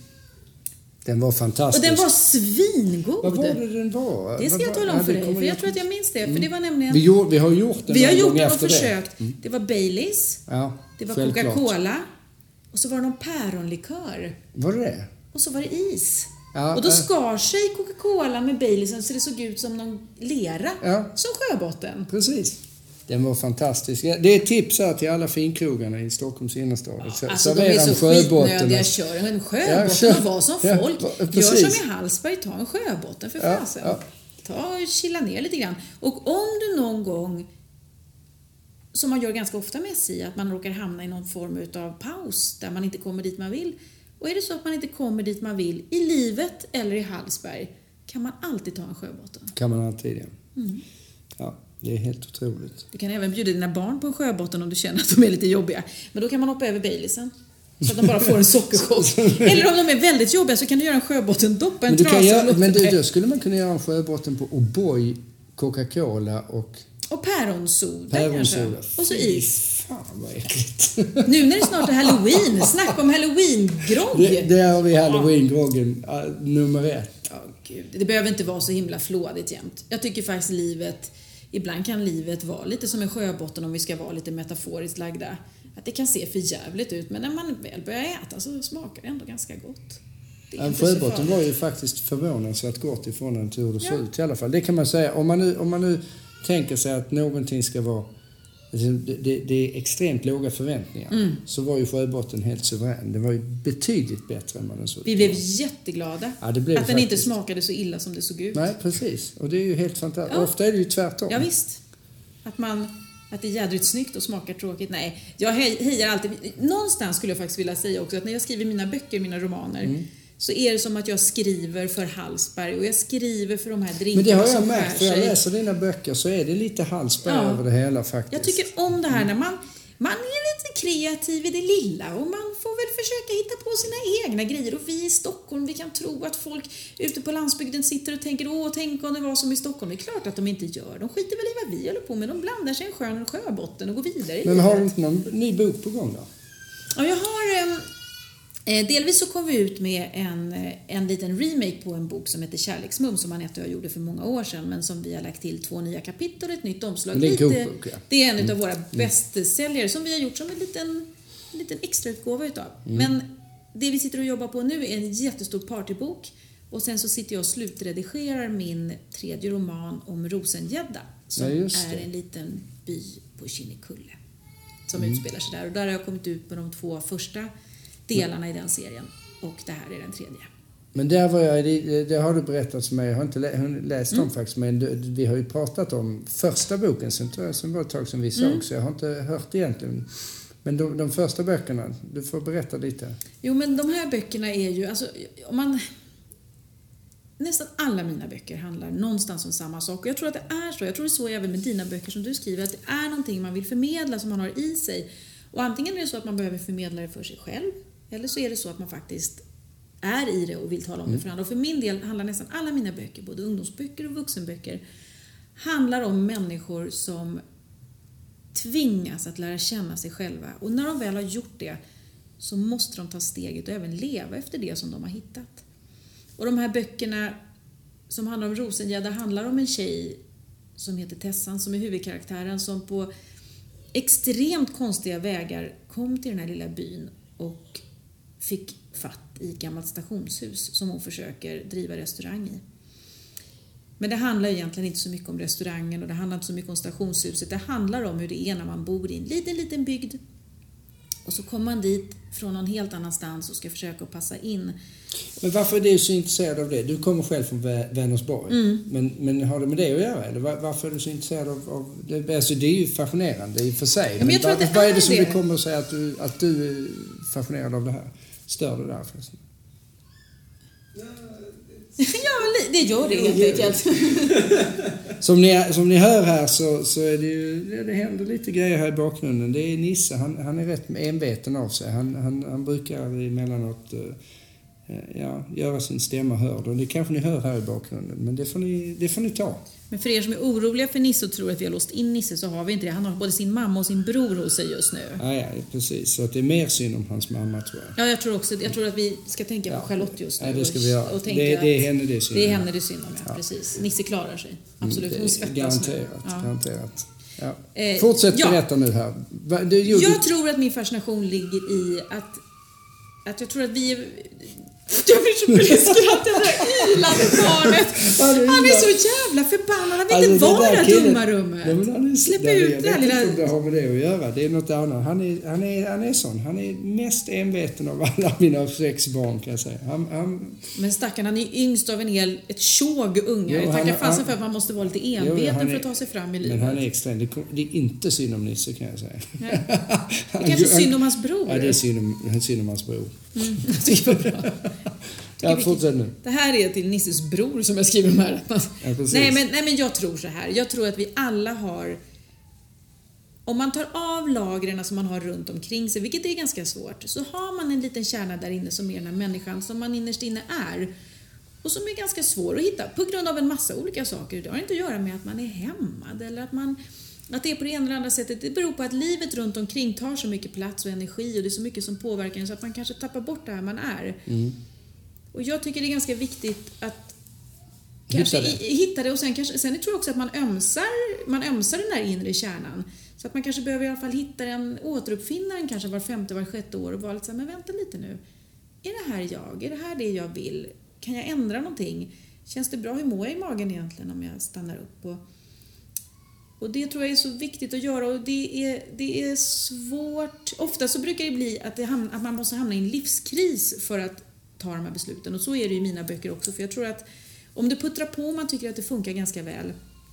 Den var fantastisk. Och den var svingod. Vad var det den var? Det ska jag tala om för dig, för jag tror att jag minns det. För det var nämligen... Vi har gjort den. Vi har gjort den och försökt. Det var Baileys, ja, det var självklart. Coca-Cola och så var det någon päronlikör. Var det? Och så var det is. Ja, och då skar sig Coca-Cola med Baileysen så det såg ut som någon lera. Ja. Som Sjöbotten. Precis. Den var fantastisk. Det är ett tips här till alla finkrogarna i Stockholms innerstad. Ja, alltså de är så skitnödiga. Kör en Sjöbotten och var som folk. Gör som i Hallsberg, ta en Sjöbotten för fasen. Ja. Ta och chilla ner lite grann. Och om du någon gång, som man gör ganska ofta med sig, att man råkar hamna i någon form av paus där man inte kommer dit man vill. Och är det så att man inte kommer dit man vill i livet eller i Hallsberg, kan man alltid ta en Sjöbotten. Kan man alltid, ja. Ja, det är helt otroligt. Du kan även bjuda dina barn på en Sjöbotten om du känner att de är lite jobbiga. Men då kan man hoppa över Baileysen. Så att de bara får en sockerchock. Eller om de är väldigt jobbiga så kan du göra en Sjöbotten, doppa en trasa. Men då skulle man kunna göra en Sjöbotten på O'boy, Coca-Cola och päronsoda kanske. Och så is. Fan vad äckligt. Nu när det snart är Halloween, snacka om Halloween-grogg. Det har vi Halloween-groggen nummer 1. Ja, gud. Det behöver inte vara så himla flådigt jämt. Jag tycker faktiskt ibland kan livet vara lite som en sjöbotten om vi ska vara lite metaforiskt lagda. Att det kan se för jävligt ut, men när man väl börjar äta så smakar det ändå ganska gott. En sjöbotten var ju faktiskt förvånansvärt gott ifrån en tur och så ut i alla fall. Det kan man säga. Om man nu tänker sig att någonting ska vara... Det är extremt låga förväntningar. Så var ju Sjöbotten helt suverän. Det var ju betydligt bättre än man den såg. Vi blev jätteglada att den faktiskt inte smakade så illa som det såg ut. Nej, precis. Och det är ju helt fantastiskt. Ja. Ofta är det ju tvärtom. Ja, visst. Att det är jädrigt snyggt och smakar tråkigt. Nej, jag hejar alltid. Någonstans skulle jag faktiskt vilja säga också att när jag skriver mina böcker, mina romaner, så är det som att jag skriver för Hallsberg och jag skriver för de här drinkarna. Men det har jag märkt, för jag läser dina böcker så är det lite Hallsberg över det hela faktiskt. Jag tycker om det här när man är lite kreativ i det lilla och man får väl försöka hitta på sina egna grejer. Och vi i Stockholm, vi kan tro att folk ute på landsbygden sitter och tänker tänk om det var som i Stockholm. Det är klart att de inte gör. De skiter väl i vad vi håller på med. De blandar sig en skön sjöbotten och går vidare i Men har du inte någon ny bok på gång då? Ja, jag har... delvis så kom vi ut med en liten remake på en bok som heter Kärleksmum som Anette och jag gjorde för många år sedan, men som vi har lagt till 2 nya kapitel och ett nytt omslag. Det är en kokbok, ja. Det är en av våra bästsäljare som vi har gjort som en liten extrautgåva utav. Men det vi sitter och jobbar på nu är en jättestor partybok och sen så sitter jag och slutredigerar min 3:e roman om Rosengädda som är en liten by på Kinnekulle som utspelar sig där. Och där har jag kommit ut med de 2 första delarna i den serien. Och det här är den 3:e. Men där var det har du berättat för mig. Jag har inte läst dem faktiskt. Men vi har ju pratat om första boken som var ett tag som vi såg. Så jag har inte hört egentligen. Men de första böckerna, du får berätta lite. Jo, men de här böckerna är ju... Alltså, nästan alla mina böcker handlar någonstans om samma sak. Och jag tror att det är så. Jag tror det är så även med dina böcker som du skriver. Att det är någonting man vill förmedla som man har i sig. Och antingen är det så att man behöver förmedla det för sig själv. Eller så är det så att man faktiskt är i det och vill tala om det för andra. Och för min del handlar nästan alla mina böcker, både ungdomsböcker och vuxenböcker, handlar om människor som tvingas att lära känna sig själva. Och när de väl har gjort det så måste de ta steget och även leva efter det som de har hittat. Och de här böckerna som handlar om Rosengädda handlar om en tjej som heter Tessan, som är huvudkaraktären, som på extremt konstiga vägar kom till den här lilla byn och fick fatt i ett gammalt stationshus som hon försöker driva restaurang i. Men det handlar egentligen inte så mycket om restaurangen och det handlar inte så mycket om stationshuset. Det handlar om hur det är när man bor i en liten bygd och så kommer man dit från någon helt annanstans och ska försöka passa in. Men varför är du så intresserad av det? Du kommer själv från Vänersborg. Men har det med det att göra? Eller varför är du så intresserad av det? Alltså det är ju fascinerande i och för sig. Men vad är det som du kommer att säga att du är fascinerad av det här? Stör det där förresten? Ja, det gör det helt enkelt. Som ni hör här så är det ju, det händer lite grejer här i bakgrunden. Det är Nisse, han är rätt enveten av sig. Han brukar emellanåt göra sin stämma hörd. Och det kanske ni hör här i bakgrunden, men det får ni ta. Men för er som är oroliga för Nisse och tror att vi har låst in Nisse så har vi inte det. Han har både sin mamma och sin bror hos sig just nu. Ja, precis. Så att det är mer synd om hans mamma, tror jag. Ja, jag tror också. Jag tror att vi ska tänka på Charlotte just nu. Ja, det ska vi göra. Och det är henne det är synd om. Det är henne det är synd om, ja. Precis. Nisse klarar sig. Absolut. Hon svettas garanterat. Ja. Fortsätt berätta nu här. Jag tror att min fascination ligger i att jag tror att vi är... Jag blir så beskrattat, det där ylande barnet. Han är så jävla förbannad. Han vill inte vara i det här dumma rummet. Släpp ut det här lilla... Jag vet inte om det har med det att göra. Det är något annat. Han är sån. Han är mest enveten av alla mina 6 barn, kan jag säga. Men stackarn, han är yngst av ett tjog unga. Jag tackar fasen för att man måste vara lite enveten för att ta sig fram i livet. Men han är extrem. Det är inte synd om Nisse, kan jag säga. Nej. Det är kanske synd om hans bror. Ja, det är synd om hans bror. Jag tycker det var bra. Fortsätt nu. Det här är till Nisses bror som jag skriver de här. Nej, men jag tror så här. Jag tror att vi alla har... Om man tar av lagren som man har runt omkring sig, vilket är ganska svårt, så har man en liten kärna där inne som är den här människan som man innerst inne är. Och som är ganska svår att hitta på grund av en massa olika saker. Det har inte att göra med att man är hämmad eller att det är på det ena eller andra sättet. Det beror på att livet runt omkring tar så mycket plats och energi och det är så mycket som påverkar en så att man kanske tappar bort det här man är. Och jag tycker det är ganska viktigt att hitta det och sen tror jag också att man ömsar den där inre kärnan. Så att man kanske behöver i alla fall hitta den, återuppfinna den kanske var 5:e, var 6:e år och vara lite så här, men vänta lite nu. Är det här jag? Är det här det jag vill? Kan jag ändra någonting? Känns det bra? Hur mår jag i magen egentligen om jag stannar upp? Och det tror jag är så viktigt att göra och det är svårt. Ofta så brukar det bli att man måste hamna i en livskris för att ta de här besluten. Och så är det i mina böcker också. För jag tror att om det puttrar på och man tycker att det funkar ganska väl,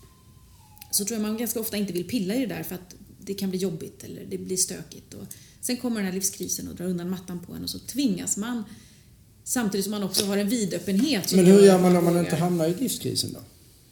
så tror jag man ganska ofta inte vill pilla i det där för att det kan bli jobbigt eller det blir stökigt. Och sen kommer den här livskrisen och drar undan mattan på en och så tvingas man, samtidigt som man också har en vidöppenhet. Men hur gör man om man inte hamnar i livskrisen då?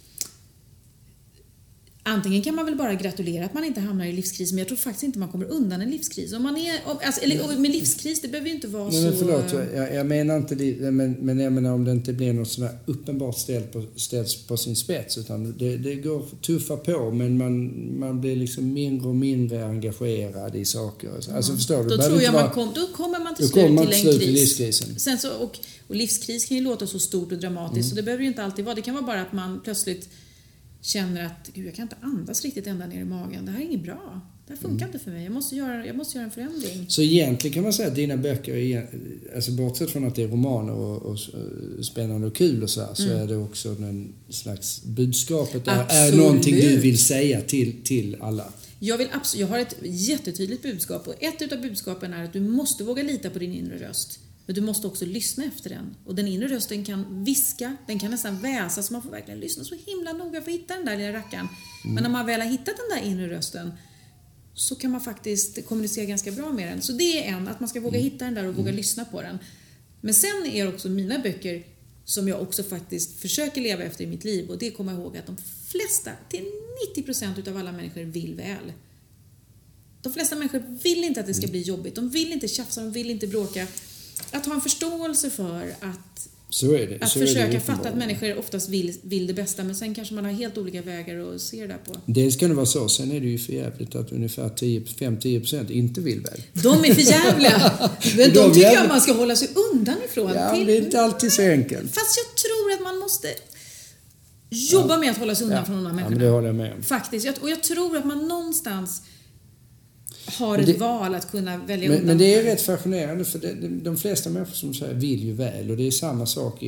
Antingen kan man väl bara gratulera att man inte hamnar i livskris, men jag tror faktiskt inte man kommer undan en livskris. Om man är, med livskris, det behöver ju inte vara så... Men förlåt, jag menar inte det, men jag menar om det inte blir något sådär uppenbart ställs på sin spets, utan det går tuffa på, men man blir liksom mindre och mindre engagerad i saker. Alltså förstår du? Då tror jag då kommer man till slut till en kris. Sen så, och livskris kan ju låta så stort och dramatiskt, så det behöver ju inte alltid vara. Det kan vara bara att man plötsligt känner att gud, jag kan inte andas riktigt ända ner i magen. Det här är inget bra. Det här funkar inte för mig. Jag måste göra en förändring. Så egentligen kan man säga att dina böcker är, alltså bortsett från att det är romaner och spännande och kul och så här, så är det också en slags budskapet är någonting du vill säga till alla. Jag har ett jättetydligt budskap och ett av budskapen är att du måste våga lita på din inre röst. Men du måste också lyssna efter den. Och den inre rösten kan viska, den kan nästan väsa, så man får verkligen lyssna så himla noga för att hitta den där lilla rackaren. Men när man väl har hittat den där inre rösten så kan man faktiskt kommunicera ganska bra med den. Så det är att man ska våga hitta den där och våga lyssna på den. Men sen är det också mina böcker som jag också faktiskt försöker leva efter i mitt liv. Och det kommer jag ihåg att de flesta, till 90% utav alla människor vill väl. De flesta människor vill inte att det ska bli jobbigt. De vill inte tjafsa, de vill inte bråka. Att ha en förståelse för att Så är det. Att så försöka är det fatta att människor oftast vill det bästa, men sen kanske man har helt olika vägar att se det på. Dels kan det vara så, sen är det ju för jävligt att ungefär 5-10% inte vill väl. De är för jävliga. Men de tycker jag man ska hålla sig undan ifrån. Ja, det är inte alltid så enkelt. Fast jag tror att man måste jobba med att hålla sig undan från de här människorna. Ja, men det håller jag med om. Faktiskt. Och jag tror att man någonstans har ett val att kunna välja undan. Men det är rätt fascinerande, för de flesta människor som säger vill ju väl, och det är samma sak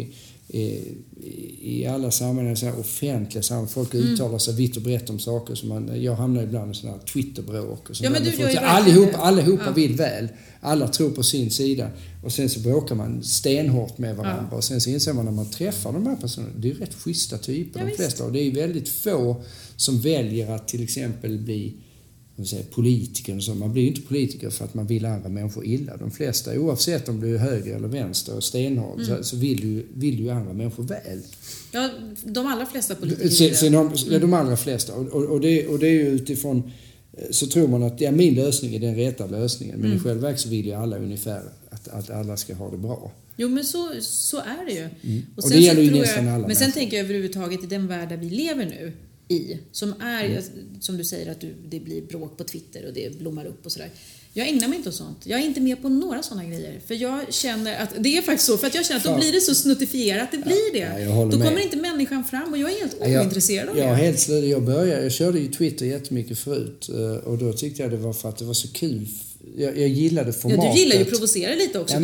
i alla sammanhang, så här offentliga sammanhang. Folk uttalar sig vitt och brett om saker som jag hamnar ibland i sådana här Twitterbråk och sånt. Allihopa vill väl. Alla tror på sin sida. Och sen så bråkar man stenhårt med varandra. Ja. Och sen så inser man när man träffar de här personerna, det är ju rätt schyssta typer, de flesta. Och det är väldigt få som väljer att till exempel bli politiker och så. Man blir ju inte politiker för att man vill andra människor illa. De flesta, oavsett om du är höger eller vänster och stenhård, så vill ju andra människor väl. Ja, de allra flesta politiker. De allra flesta. Och det är ju utifrån, så tror man att min lösning är den rätta lösningen. Men i själva verket så vill ju alla ungefär att alla ska ha det bra. Jo, men så är det ju. Och det gäller ju nästan alla. Men sen tänker jag överhuvudtaget i den värld där vi lever nu, som är, som du säger, att det blir bråk på Twitter och det blommar upp och sådär. Jag ägnar mig inte åt sånt. Jag är inte med på några sådana grejer. För jag känner att, det är faktiskt så, för att jag känner att då blir det så snuttifierat, det blir det. Då kommer inte människan fram och jag är helt ointresserad av det. Jag körde ju Twitter jättemycket förut, och då tyckte jag det var för att det var så kul. Jag gillade formatet. Ja, du gillar ju att provocera lite också.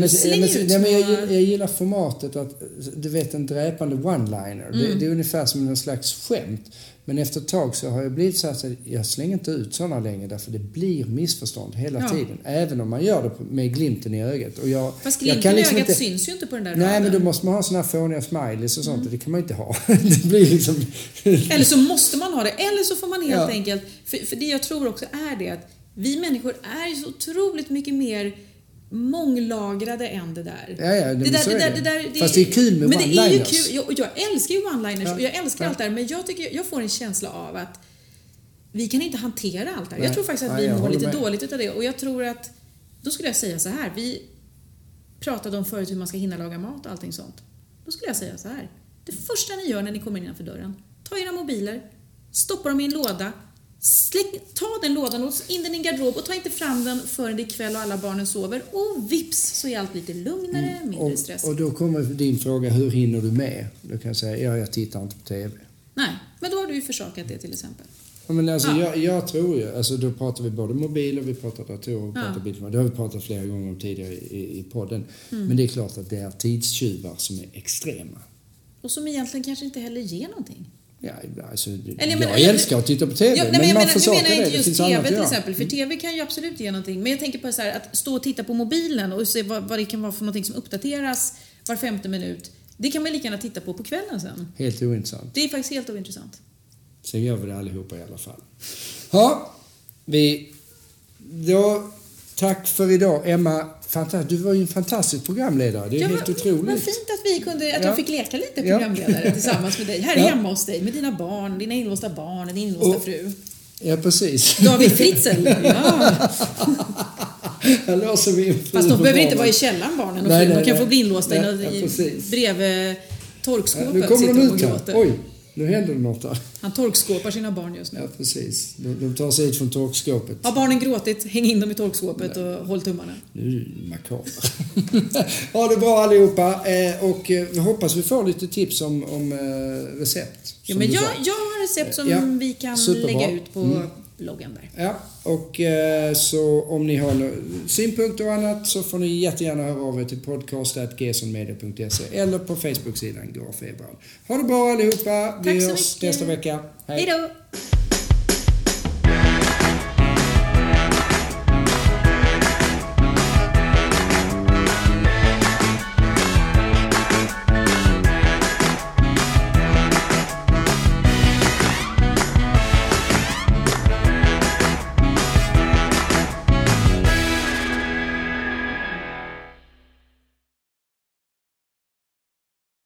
Jag gillar formatet, att du vet, en dräpande one-liner. Det är ungefär som en slags skämt. Men efter ett tag så har jag blivit så att jag slänger inte ut sådana längre, därför det blir missförstånd hela tiden. Även om man gör det med glimten i ögat. Fast glimten i ögat syns ju inte på den där raden. Nej, men då måste man ha såna här fåniga smileys och sånt, och det kan man inte ha. Det blir liksom... Eller så måste man ha det, eller så får man helt enkelt... För det jag tror också är det att vi människor är ju så otroligt mycket mer månglagrade än det där. Fast det är kul med one-liners. Men det är ju kul. Jag älskar ju one-liners och jag älskar allt där, men jag får en känsla av att vi kan inte hantera allt det här. Jag tror faktiskt att vi mår lite dåligt utav det, och jag tror att då skulle jag säga så här: vi pratade om förut hur man ska hinna laga mat och allting sånt. Då skulle jag säga så här: det första ni gör när ni kommer innanför dörren, ta era mobiler, stoppa dem i en låda, ta den lådan och in den i en garderob och ta inte fram den förrän det är kväll och alla barnen sover, och vips så är allt lite lugnare, mindre stress. Och då kommer din fråga, hur hinner du med? Då kan jag säga, jag tittar inte på TV. Nej, men då har du ju försakat det till exempel. Ja, men alltså, jag tror ju, alltså då pratar vi både mobil och vi pratar datorer och pratar bilder. Det har vi pratat flera gånger om tidigare i podden. Men det är klart att det är tidstjuvar som är extrema. Och som egentligen kanske inte heller ger någonting. Ja, alltså, jag älskar att titta på TV, men man försakar det. Nu menar jag inte just TV till exempel, för TV kan ju absolut ge någonting. Men jag tänker på så här, att stå och titta på mobilen och se vad det kan vara för någonting som uppdateras var 5:e minut. Det kan man lika gärna titta på kvällen sen. Helt ointressant. Det är faktiskt helt ointressant. Sen gör vi det allihopa i alla fall. Ja, då tack för idag, Emma. Du var ju en fantastisk programledare. Det är helt otroligt. Vad fint att jag fick leka lite programledare tillsammans med dig. Här hemma hos dig med dina barn, dina inlåsta barn, din inlåsta fru. Ja, precis. David Fritzl. Ja. Fast de behöver inte vara i källaren, barnen och frun. De kan få bli inlåsta bredvid torkskåpet. Nu kommer de ut här. Oj. Nu händer det något där. Han torkskåpar sina barn just nu. Ja, precis. De tar sig ut från torkskåpet. Har barnen gråtit, häng in dem i torkskåpet och håll tummarna. Nu är det makaber. Ha det bra allihopa. Och vi hoppas vi får lite tips om recept. Ja, men jag har recept som vi kan lägga ut på bloggen där. Ja, och så om ni har synpunkter och annat så får ni jättegärna höra av er till podcast@gsonmedia.se eller på Facebook-sidan Graf Eberhard. Ha det bra allihopa. Vi hörs nästa vecka. Hej då!